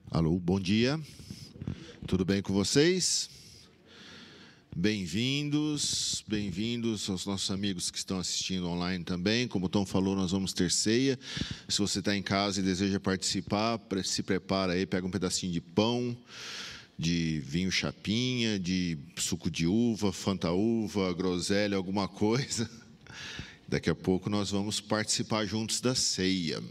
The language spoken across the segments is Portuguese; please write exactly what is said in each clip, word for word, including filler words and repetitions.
Alô, bom dia. Tudo bem com vocês? Bem-vindos, bem-vindos aos nossos amigos que estão assistindo online também. Como o Tom falou, nós vamos ter ceia. Se você está em casa e deseja participar, se prepara aí, pega um pedacinho de pão, de vinho chapinha, de suco de uva, fantaúva, groselha, alguma coisa. Daqui a pouco nós vamos participar juntos da ceia.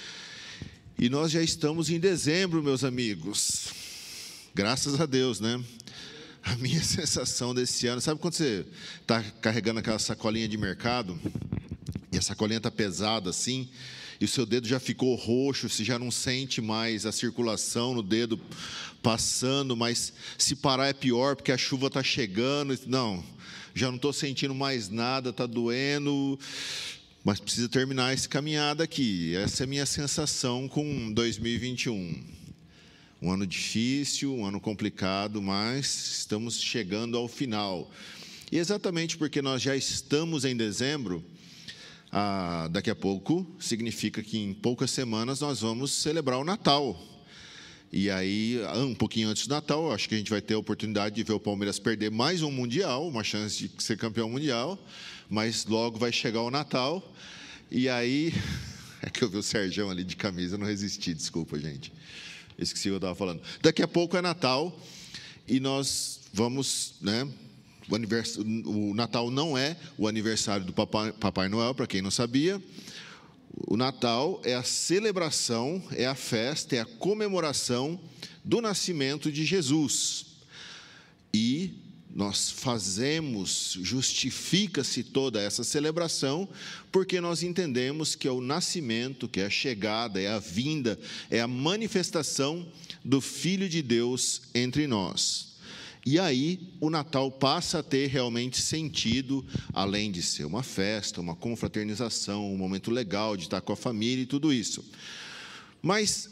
E nós já estamos em dezembro, meus amigos. Graças a Deus, né? A minha sensação desse ano... Sabe quando você está carregando aquela sacolinha de mercado, e a sacolinha está pesada assim, e o seu dedo já ficou roxo, você já não sente mais a circulação no dedo passando, mas se parar é pior, porque a chuva está chegando. Não, já não estou sentindo mais nada, está doendo... Mas precisa terminar essa caminhada aqui. Essa é a minha sensação com dois mil e vinte e um. Um ano difícil, um ano complicado, mas estamos chegando ao final. E exatamente porque nós já estamos em dezembro, ah, daqui a pouco, significa que em poucas semanas nós vamos celebrar o Natal. E aí, um pouquinho antes do Natal, acho que a gente vai ter a oportunidade de ver o Palmeiras perder mais um Mundial, uma chance de ser campeão mundial, mas logo vai chegar o Natal, e aí... É que eu vi o Sergião ali de camisa, não resisti, desculpa, gente. Esqueci o que eu estava falando. Daqui a pouco é Natal, e nós vamos... né? O, anivers... o Natal não é o aniversário do Papai, Papai Noel, para quem não sabia. O Natal é a celebração, é a festa, é a comemoração do nascimento de Jesus. E nós fazemos, justifica-se toda essa celebração, porque nós entendemos que é o nascimento, que é a chegada, é a vinda, é a manifestação do Filho de Deus entre nós. E aí, o Natal passa a ter realmente sentido, além de ser uma festa, uma confraternização, um momento legal de estar com a família e tudo isso. Mas,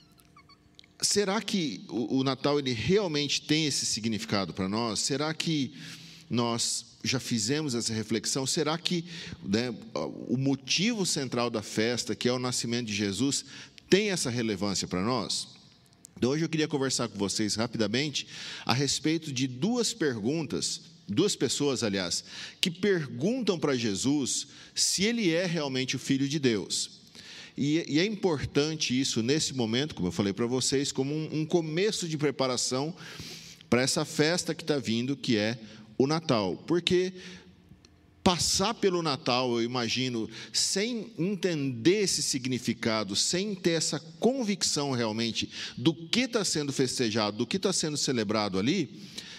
será que o Natal ele realmente tem esse significado para nós? Será que nós já fizemos essa reflexão? Será que, né, o motivo central da festa, que é o nascimento de Jesus, tem essa relevância para nós? Então, hoje eu queria conversar com vocês rapidamente a respeito de duas perguntas, duas pessoas, aliás, que perguntam para Jesus se ele é realmente o Filho de Deus. E, e é importante isso nesse momento, como eu falei para vocês, como um, um começo de preparação para essa festa que está vindo, que é o Natal. Porque passar pelo Natal, eu imagino, sem entender esse significado, sem ter essa convicção realmente do que está sendo festejado, do que está sendo celebrado ali,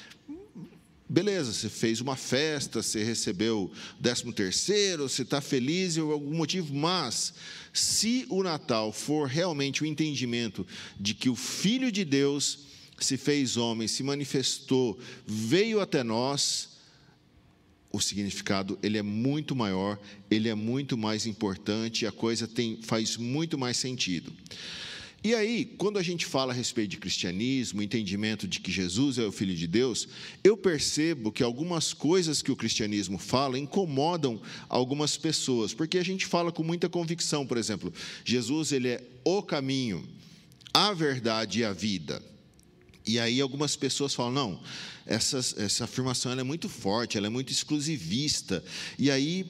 beleza, você fez uma festa, você recebeu o décimo terceiro, você está feliz por algum motivo, mas se o Natal for realmente o entendimento de que o Filho de Deus se fez homem, se manifestou, veio até nós, o significado ele é muito maior, ele é muito mais importante, a coisa tem, faz muito mais sentido. E aí, quando a gente fala a respeito de cristianismo, o entendimento de que Jesus é o Filho de Deus, eu percebo que algumas coisas que o cristianismo fala incomodam algumas pessoas, porque a gente fala com muita convicção, por exemplo, Jesus ele é o caminho, a verdade e a vida. E aí algumas pessoas falam, não, essa, essa afirmação ela é muito forte, ela é muito exclusivista. E aí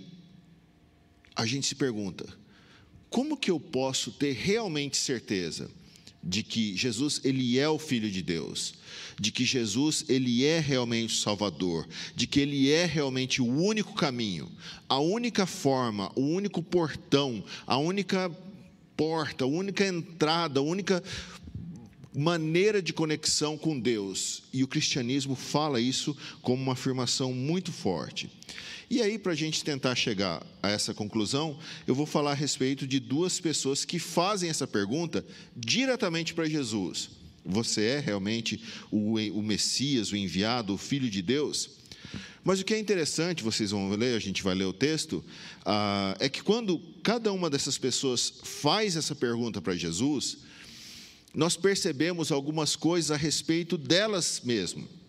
a gente se pergunta, como que eu posso ter realmente certeza de que Jesus ele é o Filho de Deus, de que Jesus ele é realmente o Salvador, de que ele é realmente o único caminho, a única forma, o único portão, a única porta, a única entrada, a única maneira de conexão com Deus. E o cristianismo fala isso como uma afirmação muito forte. E aí, para a gente tentar chegar a essa conclusão, eu vou falar a respeito de duas pessoas que fazem essa pergunta diretamente para Jesus. Você é realmente o, o Messias, o enviado, o Filho de Deus? Mas o que é interessante, vocês vão ler, a gente vai ler o texto, ah, é que quando cada uma dessas pessoas faz essa pergunta para Jesus, nós percebemos algumas coisas a respeito delas mesmas.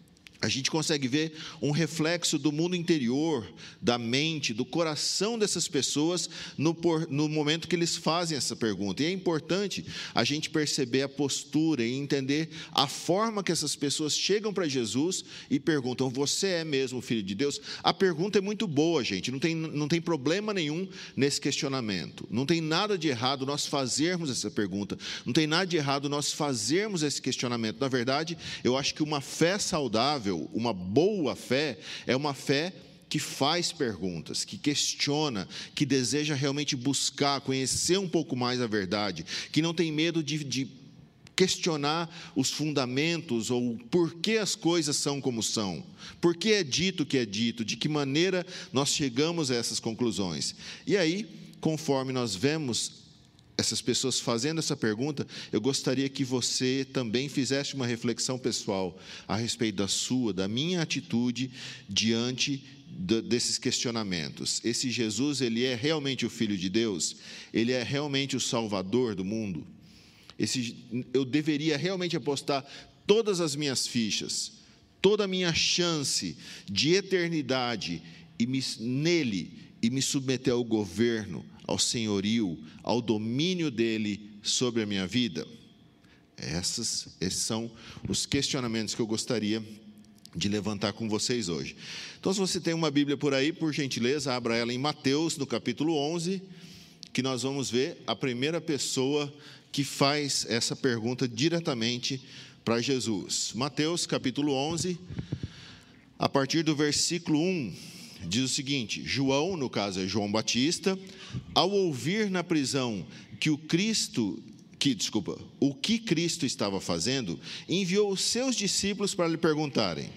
a gente consegue ver um reflexo do mundo interior, da mente, do coração dessas pessoas no, no momento que eles fazem essa pergunta. E é importante a gente perceber a postura e entender a forma que essas pessoas chegam para Jesus e perguntam: você é mesmo filho de Deus? A pergunta é muito boa, gente, não tem, não tem problema nenhum nesse questionamento. Não tem nada de errado nós fazermos essa pergunta, não tem nada de errado nós fazermos esse questionamento. Na verdade, eu acho que uma fé saudável, uma boa fé, é uma fé que faz perguntas, que questiona, que deseja realmente buscar, conhecer um pouco mais a verdade, que não tem medo de, de questionar os fundamentos ou por que as coisas são como são, por que é dito o que é dito, de que maneira nós chegamos a essas conclusões. E aí, conforme nós vemos essas pessoas fazendo essa pergunta, eu gostaria que você também fizesse uma reflexão pessoal a respeito da sua, da minha atitude diante desses questionamentos. Esse Jesus, ele é realmente o Filho de Deus? Ele é realmente o Salvador do mundo? Esse, eu deveria realmente apostar todas as minhas fichas, toda a minha chance de eternidade e me, nele, e me submeter ao governo, ao senhorio, ao domínio dele sobre a minha vida? Essas, esses são os questionamentos que eu gostaria de levantar com vocês hoje. Então, se você tem uma Bíblia por aí, por gentileza, abra ela em Mateus, no capítulo onze, que nós vamos ver a primeira pessoa que faz essa pergunta diretamente para Jesus. Mateus, capítulo onze, a partir do versículo um, diz o seguinte: João, no caso é João Batista, ao ouvir na prisão que o Cristo, que, desculpa, o que Cristo estava fazendo, enviou os seus discípulos para lhe perguntarem: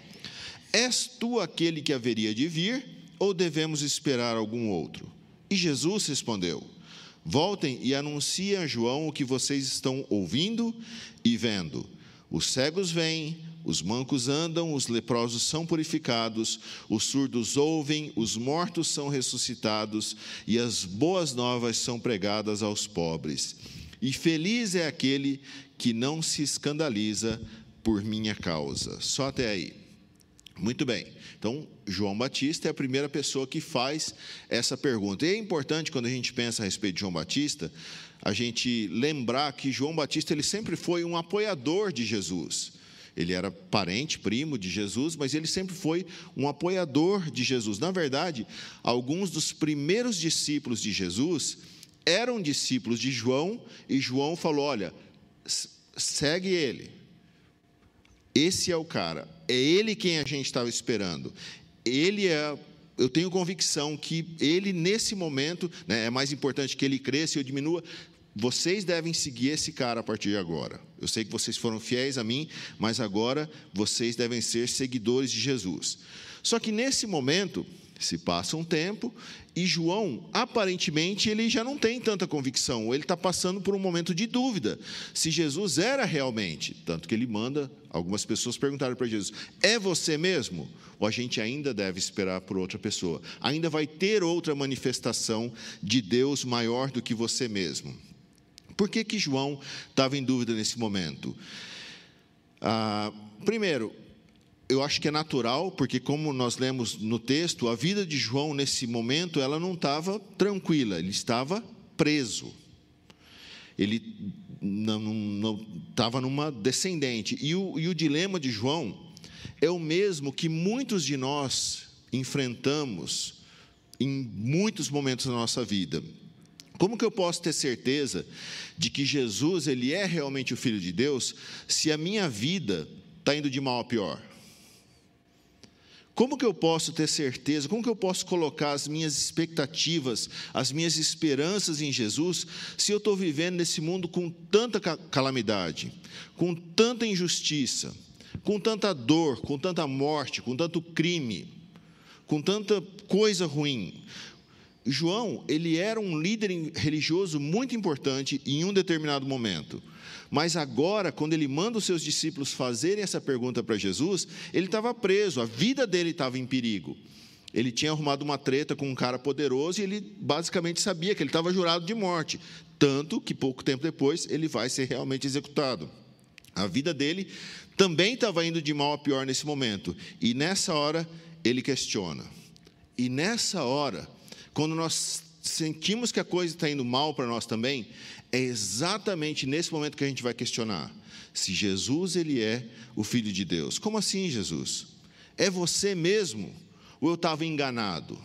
és tu aquele que haveria de vir, ou devemos esperar algum outro? E Jesus respondeu: voltem e anunciem a João o que vocês estão ouvindo e vendo. Os cegos vêm, os mancos andam, os leprosos são purificados, os surdos ouvem, os mortos são ressuscitados, e as boas novas são pregadas aos pobres. E feliz é aquele que não se escandaliza por minha causa. Só até aí. Muito bem. Então, João Batista é a primeira pessoa que faz essa pergunta. E é importante, quando a gente pensa a respeito de João Batista, a gente lembrar que João Batista ele sempre foi um apoiador de Jesus. Ele era parente, primo de Jesus, mas ele sempre foi um apoiador de Jesus. Na verdade, alguns dos primeiros discípulos de Jesus eram discípulos de João, e João falou: olha, segue ele. Esse é o cara, é ele quem a gente estava esperando. Ele é, eu tenho convicção que ele, nesse momento, né, é mais importante que ele cresça e eu diminua. Vocês devem seguir esse cara a partir de agora. Eu sei que vocês foram fiéis a mim, mas agora vocês devem ser seguidores de Jesus. Só que nesse momento, se passa um tempo, e João, aparentemente, ele já não tem tanta convicção, ou ele está passando por um momento de dúvida, se Jesus era realmente, tanto que ele manda algumas pessoas perguntarem para Jesus: é você mesmo? Ou a gente ainda deve esperar por outra pessoa? Ainda vai ter outra manifestação de Deus maior do que você mesmo? Por que que João estava em dúvida nesse momento? Ah, primeiro, eu acho que é natural, porque como nós lemos no texto, a vida de João nesse momento, ela não estava tranquila, ele estava preso. Ele não, não estava numa descendente. E o, e o dilema de João é o mesmo que muitos de nós enfrentamos em muitos momentos da nossa vida. Como que eu posso ter certeza de que Jesus ele é realmente o Filho de Deus, se a minha vida está indo de mal a pior? Como que eu posso ter certeza, como que eu posso colocar as minhas expectativas, as minhas esperanças em Jesus, se eu estou vivendo nesse mundo com tanta calamidade, com tanta injustiça, com tanta dor, com tanta morte, com tanto crime, com tanta coisa ruim? João, ele era um líder religioso muito importante em um determinado momento. Mas agora, quando ele manda os seus discípulos fazerem essa pergunta para Jesus, ele estava preso, a vida dele estava em perigo. Ele tinha arrumado uma treta com um cara poderoso e ele basicamente sabia que ele estava jurado de morte. Tanto que pouco tempo depois ele vai ser realmente executado. A vida dele também estava indo de mal a pior nesse momento. E nessa hora, ele questiona. E nessa hora, quando nós sentimos que a coisa está indo mal para nós também, é exatamente nesse momento que a gente vai questionar se Jesus ele é o Filho de Deus. Como assim, Jesus? É você mesmo? Ou eu estava enganado?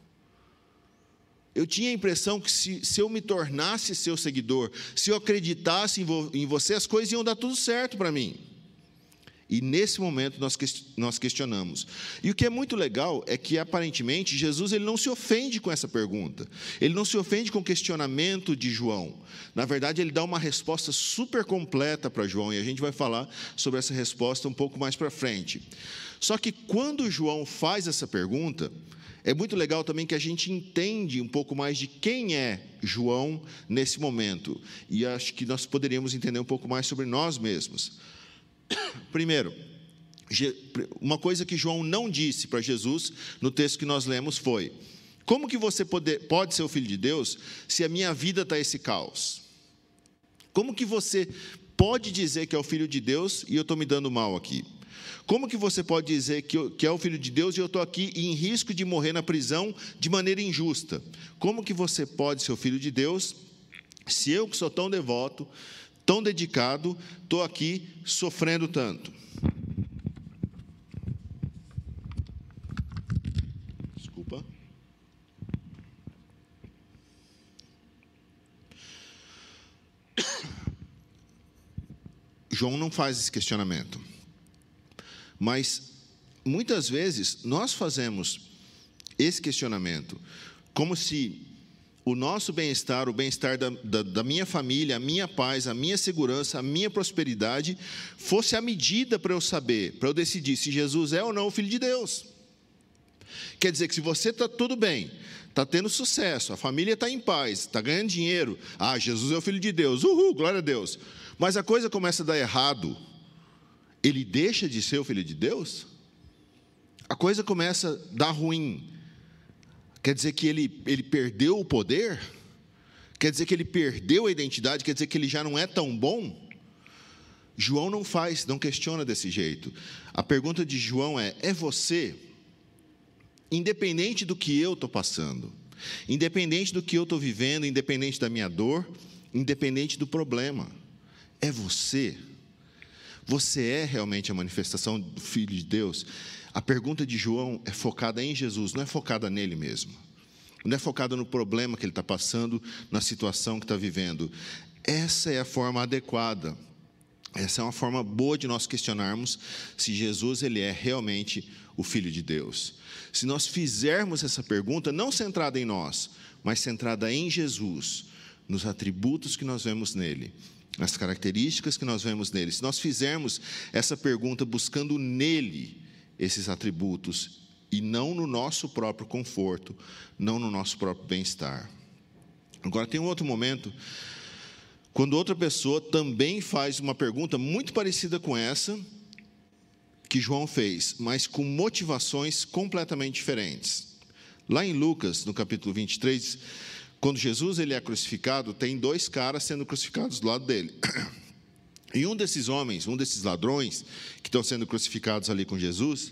Eu tinha a impressão que se, se eu me tornasse seu seguidor, se eu acreditasse em, vo, em você, as coisas iam dar tudo certo para mim. E nesse momento nós, nós questionamos. E o que é muito legal é que, aparentemente, Jesus ele não se ofende com essa pergunta. Ele não se ofende com o questionamento de João. Na verdade, ele dá uma resposta super completa para João, e a gente vai falar sobre essa resposta um pouco mais para frente. Só que quando João faz essa pergunta, é muito legal também que a gente entende um pouco mais de quem é João nesse momento. E acho que nós poderíamos entender um pouco mais sobre nós mesmos. Primeiro, uma coisa que João não disse para Jesus no texto que nós lemos foi: como que você pode, pode ser o Filho de Deus se a minha vida está esse caos? Como que você pode dizer que é o Filho de Deus e eu estou me dando mal aqui? Como que você pode dizer que, eu, que é o Filho de Deus e eu estou aqui em risco de morrer na prisão de maneira injusta? Como que você pode ser o Filho de Deus se eu, que sou tão devoto, tão dedicado, estou aqui sofrendo tanto? Desculpa. João não faz esse questionamento. Mas, muitas vezes, nós fazemos esse questionamento como se o nosso bem-estar, o bem-estar da, da, da minha família, a minha paz, a minha segurança, a minha prosperidade, fosse a medida para eu saber, para eu decidir se Jesus é ou não o Filho de Deus. Quer dizer que se você está tudo bem, está tendo sucesso, a família está em paz, está ganhando dinheiro, ah, Jesus é o Filho de Deus, uhul, glória a Deus. Mas a coisa começa a dar errado, ele deixa de ser o Filho de Deus? A coisa começa a dar ruim. Quer dizer que ele, ele perdeu o poder? Quer dizer que ele perdeu a identidade? Quer dizer que ele já não é tão bom? João não faz, não questiona desse jeito. A pergunta de João é: é você? Independente do que eu estou passando, independente do que eu estou vivendo, independente da minha dor, independente do problema, é você? Você é realmente a manifestação do Filho de Deus? A pergunta de João é focada em Jesus, não é focada nele mesmo. Não é focada no problema que ele está passando, na situação que está vivendo. Essa é a forma adequada. Essa é uma forma boa de nós questionarmos se Jesus ele é realmente o Filho de Deus. Se nós fizermos essa pergunta, não centrada em nós, mas centrada em Jesus, nos atributos que nós vemos nele, as características que nós vemos nele. Se nós fizermos essa pergunta buscando nele esses atributos e não no nosso próprio conforto, não no nosso próprio bem-estar. Agora, tem um outro momento, quando outra pessoa também faz uma pergunta muito parecida com essa que João fez, mas com motivações completamente diferentes. Lá em Lucas, no capítulo vinte e três, quando Jesus ele é crucificado, tem dois caras sendo crucificados do lado dele. E um desses homens, um desses ladrões que estão sendo crucificados ali com Jesus,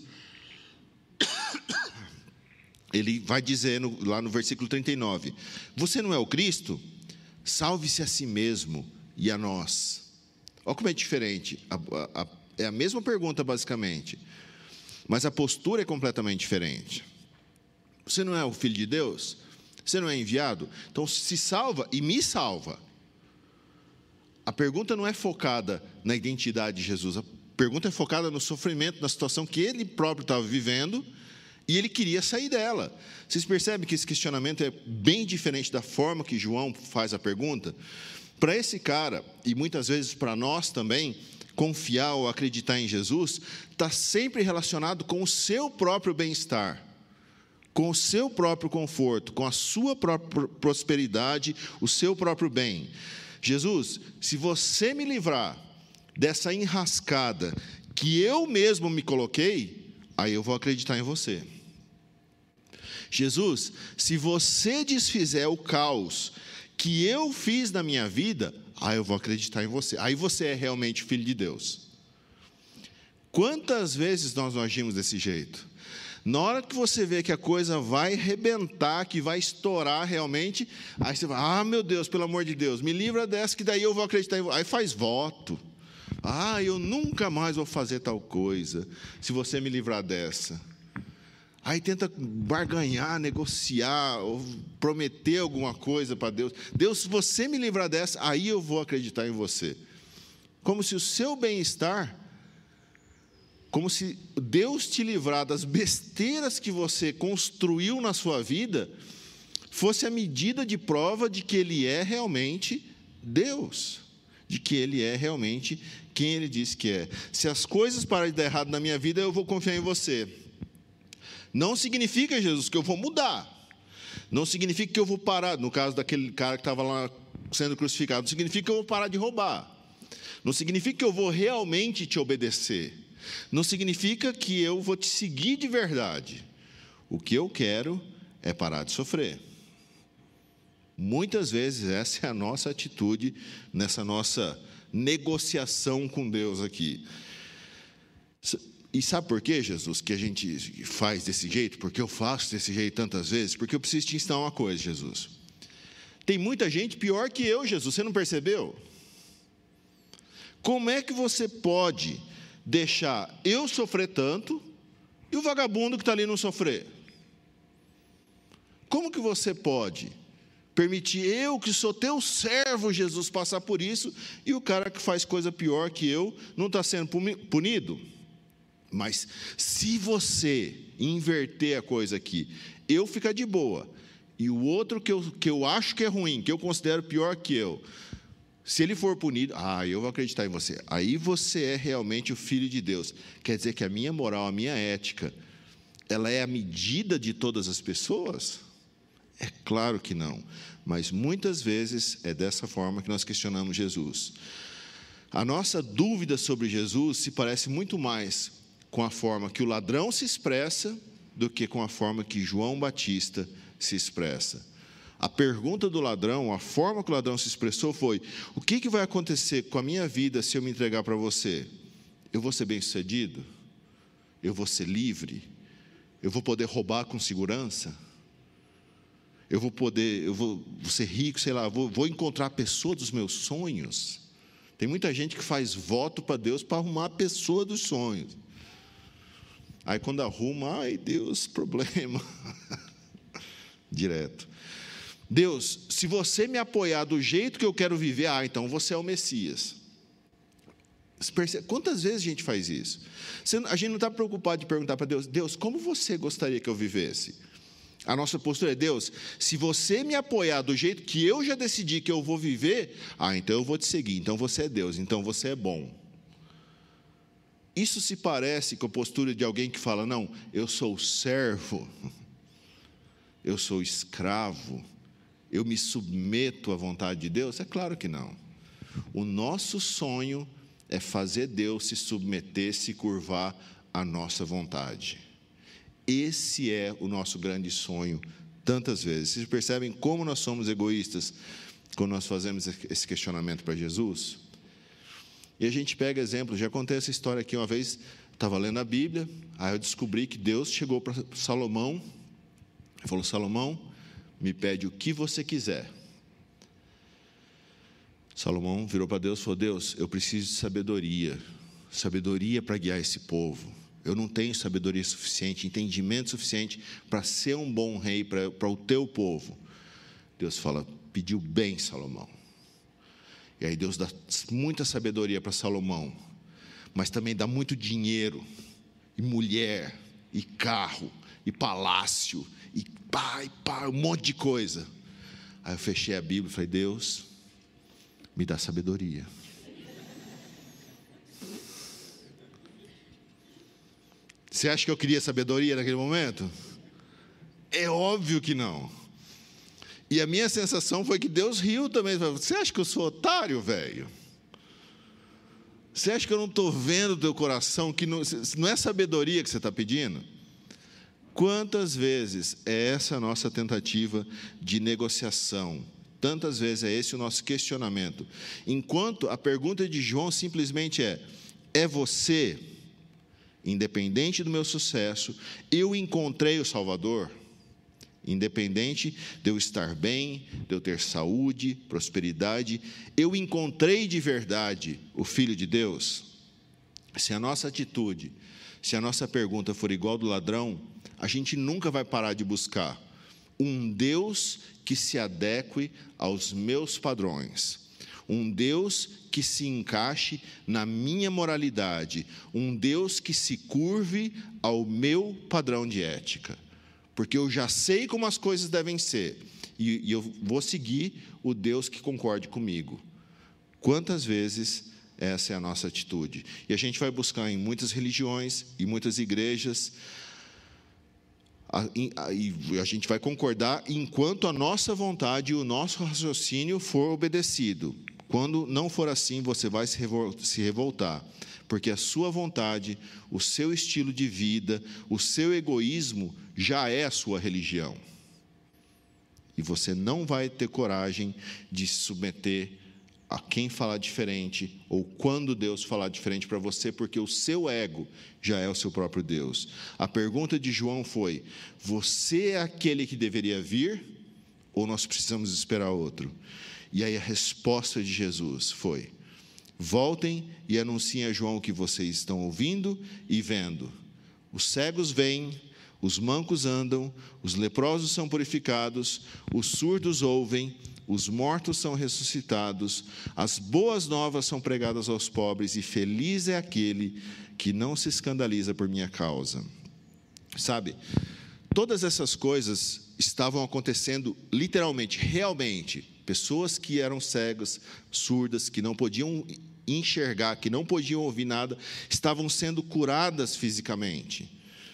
ele vai dizer no, lá no versículo trinta e nove: você não é o Cristo? Salve-se a si mesmo e a nós. Olha como é diferente. A, a, a, é a mesma pergunta, basicamente, mas a postura é completamente diferente. Você não é o Filho de Deus? Você não é enviado? Então se salva e me salva. A pergunta não é focada na identidade de Jesus. A pergunta é focada no sofrimento, na situação que ele próprio estava vivendo e ele queria sair dela. Vocês percebem que esse questionamento é bem diferente da forma que João faz a pergunta? Para esse cara, e muitas vezes para nós também, confiar ou acreditar em Jesus está sempre relacionado com o seu próprio bem-estar, com o seu próprio conforto, com a sua própria prosperidade, o seu próprio bem. Jesus, se você me livrar dessa enrascada que eu mesmo me coloquei, aí eu vou acreditar em você. Jesus, se você desfizer o caos que eu fiz na minha vida, ah, eu vou acreditar em você. Aí você é realmente filho de Deus. Quantas vezes nós não agimos desse jeito? Na hora que você vê que a coisa vai arrebentar, que vai estourar realmente, aí você fala, ah, meu Deus, pelo amor de Deus, me livra dessa, que daí eu vou acreditar em você. Aí faz voto. Ah, eu nunca mais vou fazer tal coisa, se você me livrar dessa. Aí tenta barganhar, negociar, ou prometer alguma coisa para Deus. Deus, se você me livrar dessa, aí eu vou acreditar em você. Como se o seu bem-estar, como se Deus te livrar das besteiras que você construiu na sua vida, fosse a medida de prova de que Ele é realmente Deus, de que Ele é realmente quem Ele diz que é. Se as coisas pararem de dar errado na minha vida, eu vou confiar em você. Não significa, Jesus, que eu vou mudar. Não significa que eu vou parar, no caso daquele cara que estava lá sendo crucificado, não significa que eu vou parar de roubar. Não significa que eu vou realmente te obedecer. Não significa que eu vou te seguir de verdade. O que eu quero é parar de sofrer. Muitas vezes essa é a nossa atitude nessa nossa negociação com Deus aqui. E sabe por que, Jesus, que a gente faz desse jeito? Porque eu faço desse jeito tantas vezes? Porque eu preciso te ensinar uma coisa, Jesus. Tem muita gente pior que eu, Jesus, você não percebeu? Como é que você pode deixar eu sofrer tanto e o vagabundo que está ali não sofrer? Como que você pode permitir eu, que sou teu servo, Jesus, passar por isso, e o cara que faz coisa pior que eu não está sendo punido? Mas se você inverter a coisa aqui, eu ficar de boa, e o outro que eu, que eu acho que é ruim, que eu considero pior que eu, se ele for punido, ah, eu vou acreditar em você. Aí você é realmente o Filho de Deus. Quer dizer que a minha moral, a minha ética, ela é a medida de todas as pessoas? É claro que não. Mas muitas vezes é dessa forma que nós questionamos Jesus. A nossa dúvida sobre Jesus se parece muito mais com a forma que o ladrão se expressa do que com a forma que João Batista se expressa. A pergunta do ladrão, a forma que o ladrão se expressou foi: o que, que vai acontecer com a minha vida se eu me entregar para você? Eu vou ser bem-sucedido? Eu vou ser livre? Eu vou poder roubar com segurança? Eu vou poder, eu vou, vou ser rico, sei lá, vou, vou encontrar a pessoa dos meus sonhos? Tem muita gente que faz voto para Deus para arrumar a pessoa dos sonhos. Aí quando arruma, ai Deus, problema. Direto. Deus, se você me apoiar do jeito que eu quero viver, ah, então você é o Messias. Quantas vezes a gente faz isso? A gente não está preocupado de perguntar para Deus, Deus, como você gostaria que eu vivesse? A nossa postura é, Deus, se você me apoiar do jeito que eu já decidi que eu vou viver, ah, então eu vou te seguir, então você é Deus, então você é bom. Isso se parece com a postura de alguém que fala, não, eu sou servo, eu sou escravo, eu me submeto à vontade de Deus? É claro que não. O nosso sonho é fazer Deus se submeter, se curvar à nossa vontade. Esse é o nosso grande sonho, tantas vezes. Vocês percebem como nós somos egoístas quando nós fazemos esse questionamento para Jesus? E a gente pega exemplos. Já contei essa história aqui uma vez, estava lendo a Bíblia, aí eu descobri que Deus chegou para Salomão e falou, Salomão, me pede o que você quiser. Salomão virou para Deus e falou, Deus, eu preciso de sabedoria, sabedoria para guiar esse povo. Eu não tenho sabedoria suficiente, entendimento suficiente para ser um bom rei para, para o teu povo. Deus fala, pediu bem, Salomão. E aí Deus dá muita sabedoria para Salomão, mas também dá muito dinheiro, e mulher, e carro, e palácio, e pá, e pá, um monte de coisa. Aí eu fechei a Bíblia e falei, Deus, me dá sabedoria. Você acha que eu queria sabedoria naquele momento? É óbvio que não. E a minha sensação foi que Deus riu também. Você acha que eu sou otário, velho? Você acha que eu não estou vendo o teu coração? Que não, não é sabedoria que você está pedindo? Quantas vezes é essa a nossa tentativa de negociação, Tantas vezes é esse o nosso questionamento. Enquanto a pergunta de João simplesmente é: é você, independente do meu sucesso, eu encontrei o Salvador? Independente de eu estar bem, de eu ter saúde, prosperidade, eu encontrei de verdade o Filho de Deus? Se a nossa atitude, se a nossa pergunta for igual do ladrão, a gente nunca vai parar de buscar um Deus que se adeque aos meus padrões, um Deus que se encaixe na minha moralidade, um Deus que se curve ao meu padrão de ética, porque eu já sei como as coisas devem ser, e, e eu vou seguir o Deus que concorde comigo. Quantas vezes essa é a nossa atitude? E a gente vai buscar em muitas religiões e muitas igrejas, e a gente vai concordar enquanto a nossa vontade e o nosso raciocínio for obedecido. Quando não for assim, você vai se revoltar, porque a sua vontade, o seu estilo de vida, o seu egoísmo já é a sua religião. E você não vai ter coragem de se submeter a quem falar diferente, ou quando Deus falar diferente para você, porque o seu ego já é o seu próprio Deus. A pergunta de João foi: você é aquele que deveria vir, ou nós precisamos esperar outro? E aí a resposta de Jesus foi: voltem e anunciem a João o que vocês estão ouvindo e vendo. Os cegos veem, os mancos andam, os leprosos são purificados, os surdos ouvem, os mortos são ressuscitados, as boas novas são pregadas aos pobres, e feliz é aquele que não se escandaliza por minha causa. Sabe, todas essas coisas estavam acontecendo literalmente, realmente. Pessoas que eram cegas, surdas, que não podiam enxergar, que não podiam ouvir nada, estavam sendo curadas fisicamente.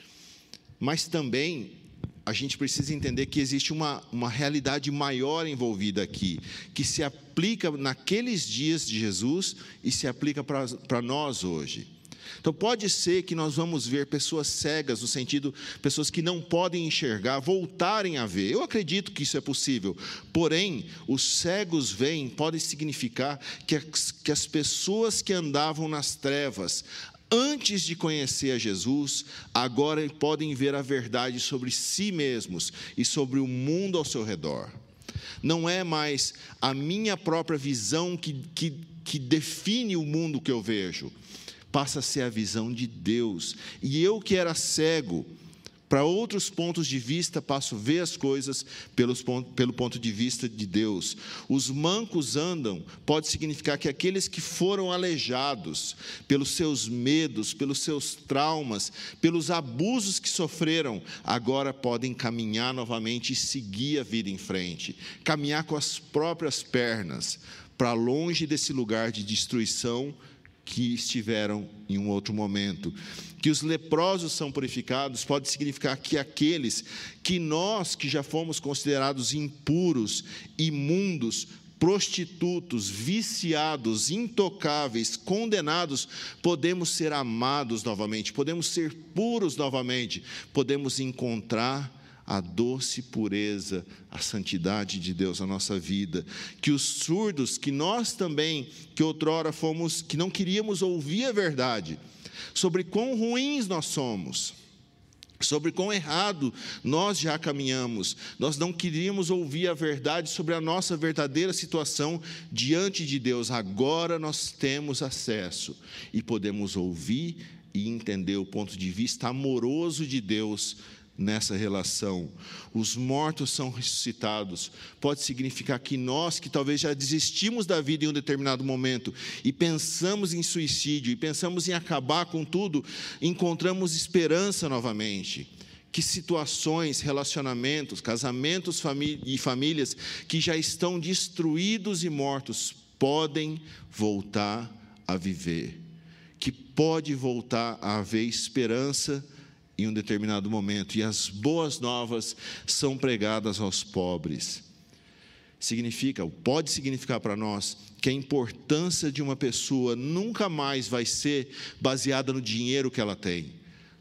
Mas também a gente precisa entender que existe uma, uma realidade maior envolvida aqui, que se aplica naqueles dias de Jesus e se aplica para, para nós hoje. Então, pode ser que nós vamos ver pessoas cegas, no sentido, pessoas que não podem enxergar, voltarem a ver. Eu acredito que isso é possível. Porém, os cegos veem, pode significar que as, que as pessoas que andavam nas trevas, antes de conhecer a Jesus, agora podem ver a verdade sobre si mesmos e sobre o mundo ao seu redor. Não é mais a minha própria visão que, que, que define o mundo que eu vejo, passa a ser a visão de Deus. E eu que era cego, para outros pontos de vista, passo a ver as coisas pelos, pelo ponto de vista de Deus. Os mancos andam, pode significar que aqueles que foram aleijados pelos seus medos, pelos seus traumas, pelos abusos que sofreram, agora podem caminhar novamente e seguir a vida em frente, caminhar com as próprias pernas, para longe desse lugar de destruição que estiveram em um outro momento. Que os leprosos são purificados, pode significar que aqueles que nós, que já fomos considerados impuros, imundos, prostitutos, viciados, intocáveis, condenados, podemos ser amados novamente, podemos ser puros novamente, podemos encontrar a doce pureza, a santidade de Deus na nossa vida. Que os surdos, que nós também, que outrora fomos, que não queríamos ouvir a verdade, sobre quão ruins nós somos, sobre quão errado nós já caminhamos, nós não queríamos ouvir a verdade sobre a nossa verdadeira situação diante de Deus. Agora nós temos acesso e podemos ouvir e entender o ponto de vista amoroso de Deus nessa relação. Os mortos são ressuscitados, pode significar que nós, que talvez já desistimos da vida em um determinado momento, e pensamos em suicídio, e pensamos em acabar com tudo, encontramos esperança novamente. Que situações, relacionamentos, casamentos e famílias que já estão destruídos e mortos, podem voltar a viver. Que pode voltar a haver esperança em um determinado momento, e as boas novas são pregadas aos pobres. Significa, pode significar para nós, que a importância de uma pessoa nunca mais vai ser baseada no dinheiro que ela tem,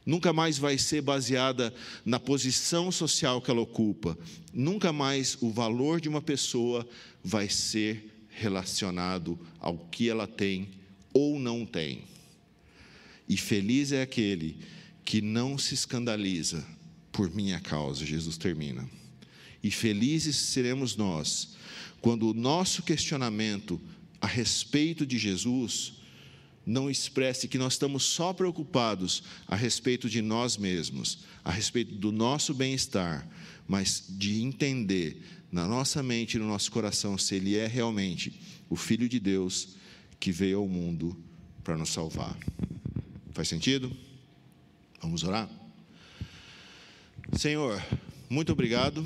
nunca mais vai ser baseada na posição social que ela ocupa, nunca mais o valor de uma pessoa vai ser relacionado ao que ela tem ou não tem. E feliz é aquele que não se escandaliza por minha causa, Jesus termina. E felizes seremos nós, quando o nosso questionamento a respeito de Jesus não expresse que nós estamos só preocupados a respeito de nós mesmos, a respeito do nosso bem-estar, mas de entender na nossa mente e no nosso coração se Ele é realmente o Filho de Deus que veio ao mundo para nos salvar. Faz sentido? Vamos orar? Senhor, muito obrigado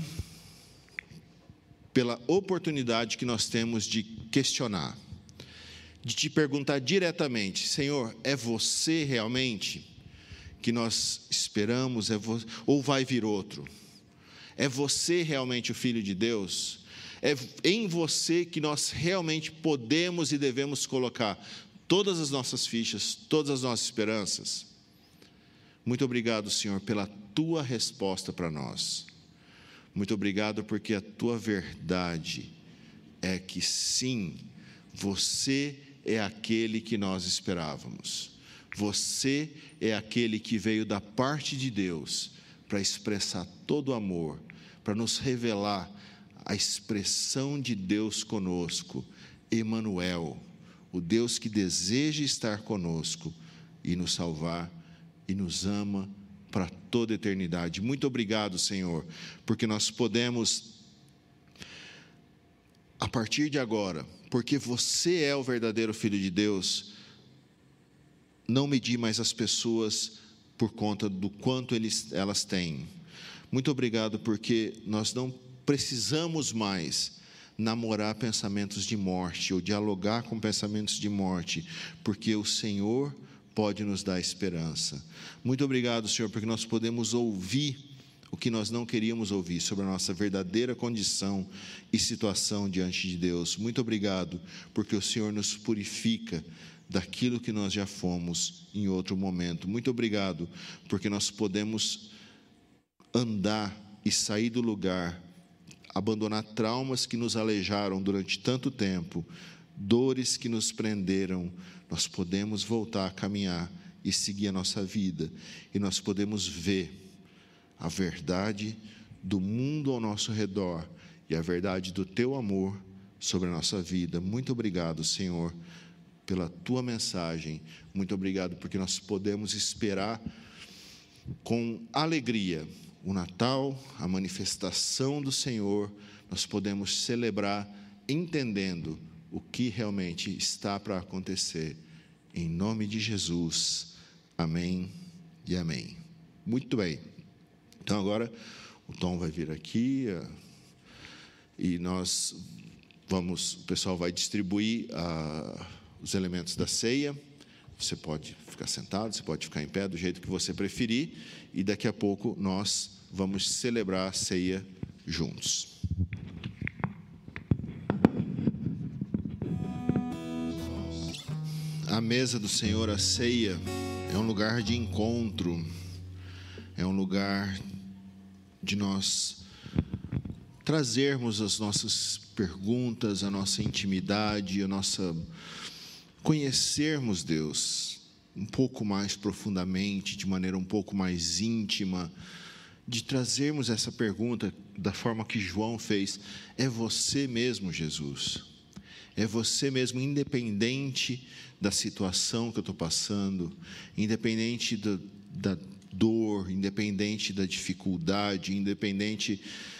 pela oportunidade que nós temos de questionar, de te perguntar diretamente: Senhor, é você realmente que nós esperamos, é vo... ou vai vir outro? É você realmente o Filho de Deus? É em você que nós realmente podemos e devemos colocar todas as nossas fichas, todas as nossas esperanças? Muito obrigado, Senhor, pela tua resposta para nós. Muito obrigado porque a tua verdade é que sim, você é aquele que nós esperávamos. Você é aquele que veio da parte de Deus para expressar todo o amor, para nos revelar a expressão de Deus conosco, Emanuel, o Deus que deseja estar conosco e nos salvar e nos ama para toda a eternidade. Muito obrigado, Senhor, porque nós podemos, a partir de agora, porque você é o verdadeiro Filho de Deus, não medir mais as pessoas por conta do quanto eles, elas têm. Muito obrigado porque nós não precisamos mais namorar pensamentos de morte ou dialogar com pensamentos de morte, porque o Senhor pode nos dar esperança. Muito obrigado, Senhor, porque nós podemos ouvir o que nós não queríamos ouvir sobre a nossa verdadeira condição e situação diante de Deus. Muito obrigado, porque o Senhor nos purifica daquilo que nós já fomos em outro momento. Muito obrigado, porque nós podemos andar e sair do lugar, abandonar traumas que nos aleijaram durante tanto tempo, dores que nos prenderam. Nós podemos voltar a caminhar e seguir a nossa vida, e nós podemos ver a verdade do mundo ao nosso redor e a verdade do teu amor sobre a nossa vida. Muito obrigado, Senhor, pela tua mensagem. Muito obrigado porque nós podemos esperar com alegria o Natal, a manifestação do Senhor. Nós podemos celebrar entendendo o que realmente está para acontecer. Em nome de Jesus. Amém e amém. Muito bem. Então agora o Tom vai vir aqui e nós vamos, o pessoal vai distribuir ah, os elementos da ceia. Você pode ficar sentado, você pode ficar em pé, do jeito que você preferir, e daqui a pouco nós vamos celebrar a ceia juntos. A mesa do Senhor, a ceia, é um lugar de encontro, é um lugar de nós trazermos as nossas perguntas, a nossa intimidade, a nossa conhecermos Deus um pouco mais profundamente, de maneira um pouco mais íntima, de trazermos essa pergunta da forma que João fez: é você mesmo, Jesus? É você mesmo, independente da situação que eu estou passando, independente do, da dor, independente da dificuldade, independente,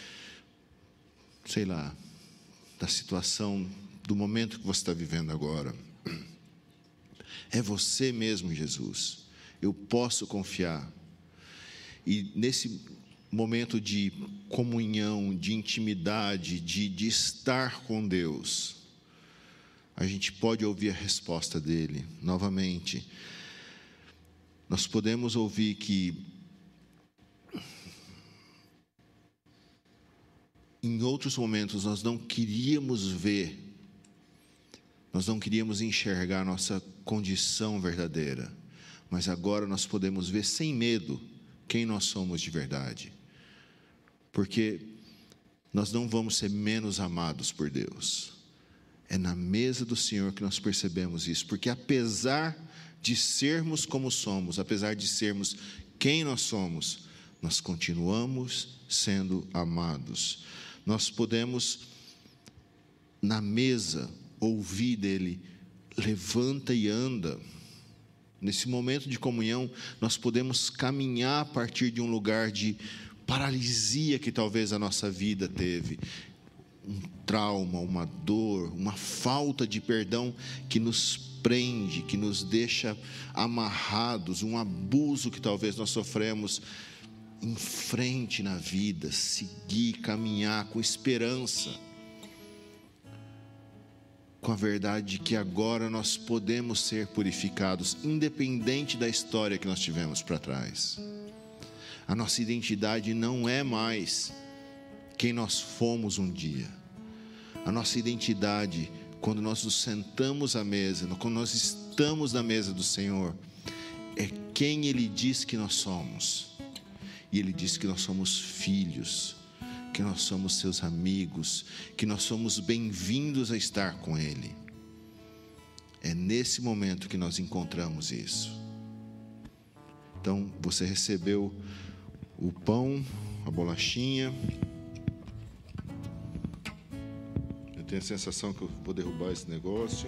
sei lá, da situação, do momento que você está vivendo agora. É você mesmo, Jesus. Eu posso confiar. E nesse momento de comunhão, de intimidade, de, de estar com Deus, a gente pode ouvir a resposta dele novamente. Nós podemos ouvir que em outros momentos nós não queríamos ver, nós não queríamos enxergar a nossa condição verdadeira, mas agora nós podemos ver sem medo quem nós somos de verdade, porque nós não vamos ser menos amados por Deus. É na mesa do Senhor que nós percebemos isso, porque apesar de sermos como somos, apesar de sermos quem nós somos, nós continuamos sendo amados. Nós podemos, na mesa, ouvir dele: levanta e anda. Nesse momento de comunhão, nós podemos caminhar a partir de um lugar de paralisia que talvez a nossa vida teve, um trauma, uma dor, uma falta de perdão que nos prende, que nos deixa amarrados, um abuso que talvez nós sofremos. Em frente na vida, seguir, caminhar com esperança, com a verdade de que agora nós podemos ser purificados, independente da história que nós tivemos para trás. A nossa identidade não é mais quem nós fomos um dia. A nossa identidade, quando nós nos sentamos à mesa, quando nós estamos na mesa do Senhor, é quem Ele diz que nós somos. E Ele diz que nós somos filhos, que nós somos seus amigos, que nós somos bem-vindos a estar com Ele. É nesse momento que nós encontramos isso. Então, você recebeu o pão, a bolachinha. Eu tenho a sensação que eu vou derrubar esse negócio.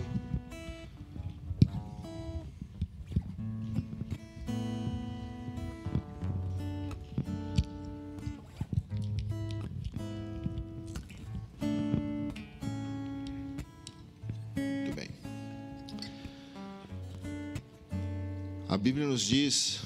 A Bíblia nos diz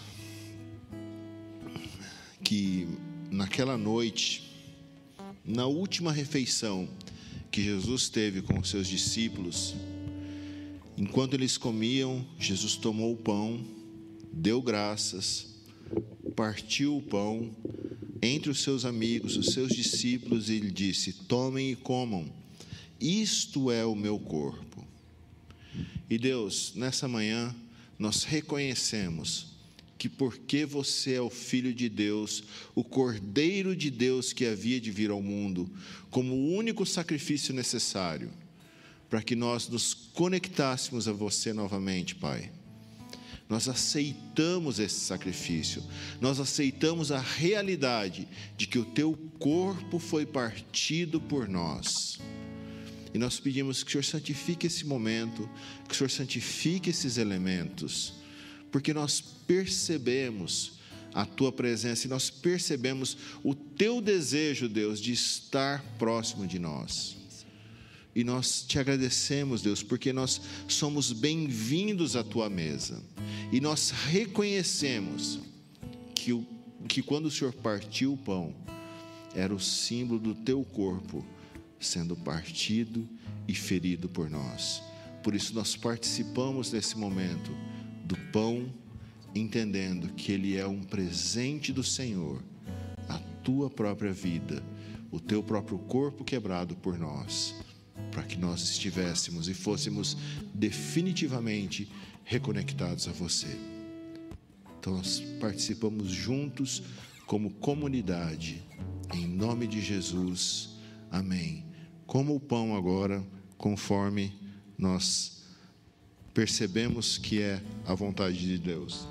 que naquela noite, na última refeição que Jesus teve com os seus discípulos, enquanto eles comiam, Jesus tomou o pão, deu graças, partiu o pão entre os seus amigos, os seus discípulos, e ele disse: tomem e comam, isto é o meu corpo. E Deus, nessa manhã, nós reconhecemos que porque você é o Filho de Deus, o Cordeiro de Deus que havia de vir ao mundo, como o único sacrifício necessário para que nós nos conectássemos a você novamente, Pai. Nós aceitamos esse sacrifício, nós aceitamos a realidade de que o teu corpo foi partido por nós. E nós pedimos que o Senhor santifique esse momento, que o Senhor santifique esses elementos, porque nós percebemos a Tua presença e nós percebemos o Teu desejo, Deus, de estar próximo de nós. E nós te agradecemos, Deus, porque nós somos bem-vindos à Tua mesa. E nós reconhecemos que, o, que quando o Senhor partiu o pão, era o símbolo do Teu corpo, sendo partido e ferido por nós. Por isso nós participamos nesse momento do pão, entendendo que ele é um presente do Senhor, a tua própria vida, o teu próprio corpo quebrado por nós, para que nós estivéssemos e fôssemos definitivamente reconectados a você. Então nós participamos juntos como comunidade, em nome de Jesus, amém. Como o pão agora, conforme nós percebemos que é a vontade de Deus.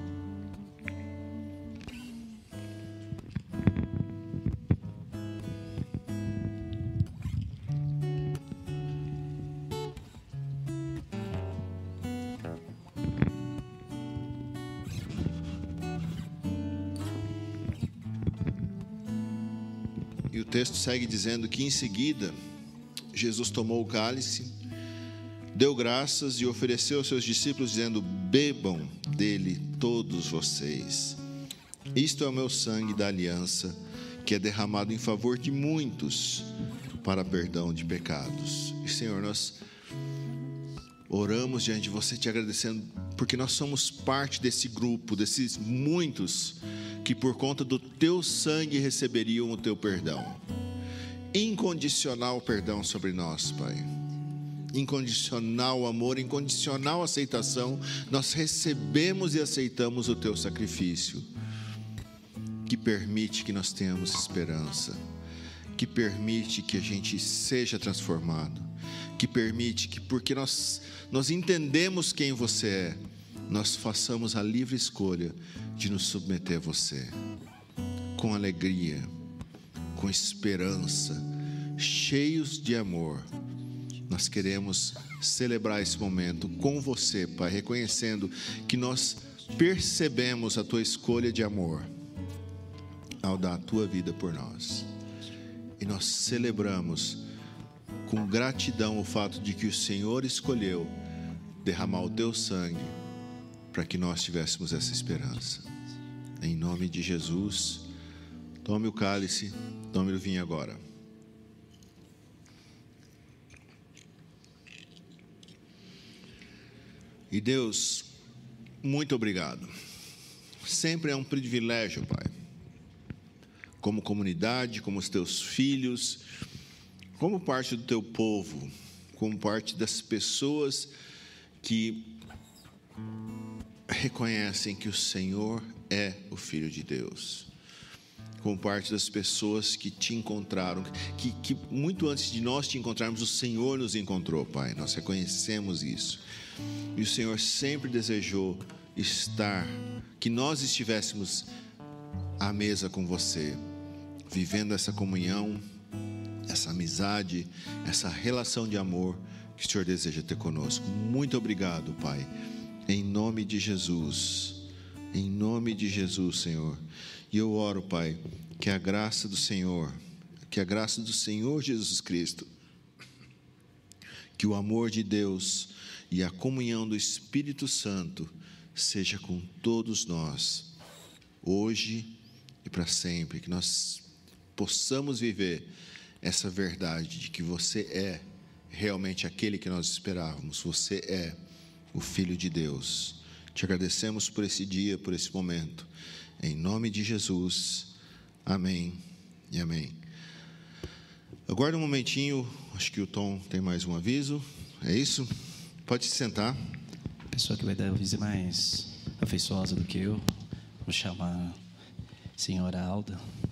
E o texto segue dizendo que em seguida Jesus tomou o cálice, deu graças e ofereceu aos seus discípulos, dizendo: bebam dele todos vocês. Isto é o meu sangue da aliança, que é derramado em favor de muitos para perdão de pecados. E Senhor, nós oramos diante de você, te agradecendo, porque nós somos parte desse grupo, desses muitos que por conta do teu sangue receberiam o teu perdão. Incondicional perdão sobre nós, Pai. incondicional amor, incondicional aceitação, nós recebemos e aceitamos o teu sacrifício, que permite que nós tenhamos esperança, que permite que a gente seja transformado, que permite que, porque nós, nós entendemos quem você é, nós façamos a livre escolha de nos submeter a você, com alegria, com esperança, cheios de amor. Nós queremos celebrar esse momento com você, Pai, reconhecendo que nós percebemos a tua escolha de amor ao dar a tua vida por nós. E nós celebramos com gratidão o fato de que o Senhor escolheu derramar o teu sangue para que nós tivéssemos essa esperança. Em nome de Jesus, tome o cálice, tome o vinho agora. E Deus, muito obrigado. Sempre é um privilégio, Pai, como comunidade, como os teus filhos, como parte do teu povo, como parte das pessoas que reconhecem que o Senhor é o Filho de Deus, como parte das pessoas que te encontraram, que, que muito antes de nós te encontrarmos, o Senhor nos encontrou, Pai. Nós reconhecemos isso. E o Senhor sempre desejou estar, que nós estivéssemos à mesa com você, vivendo essa comunhão, essa amizade, essa relação de amor que o Senhor deseja ter conosco. Muito obrigado, Pai, em nome de Jesus, em nome de Jesus, Senhor. E eu oro, Pai, que a graça do Senhor, que a graça do Senhor Jesus Cristo, que o amor de Deus e a comunhão do Espírito Santo seja com todos nós, hoje e para sempre, que nós possamos viver essa verdade de que você é realmente aquele que nós esperávamos, você é o Filho de Deus. Te agradecemos por esse dia, por esse momento, em nome de Jesus, amém e amém. Aguarda um momentinho, acho que o Tom tem mais um aviso, é isso? Pode se sentar. A pessoa que vai dar o aviso é mais afeiçosa do que eu, vou chamar a senhora Alda.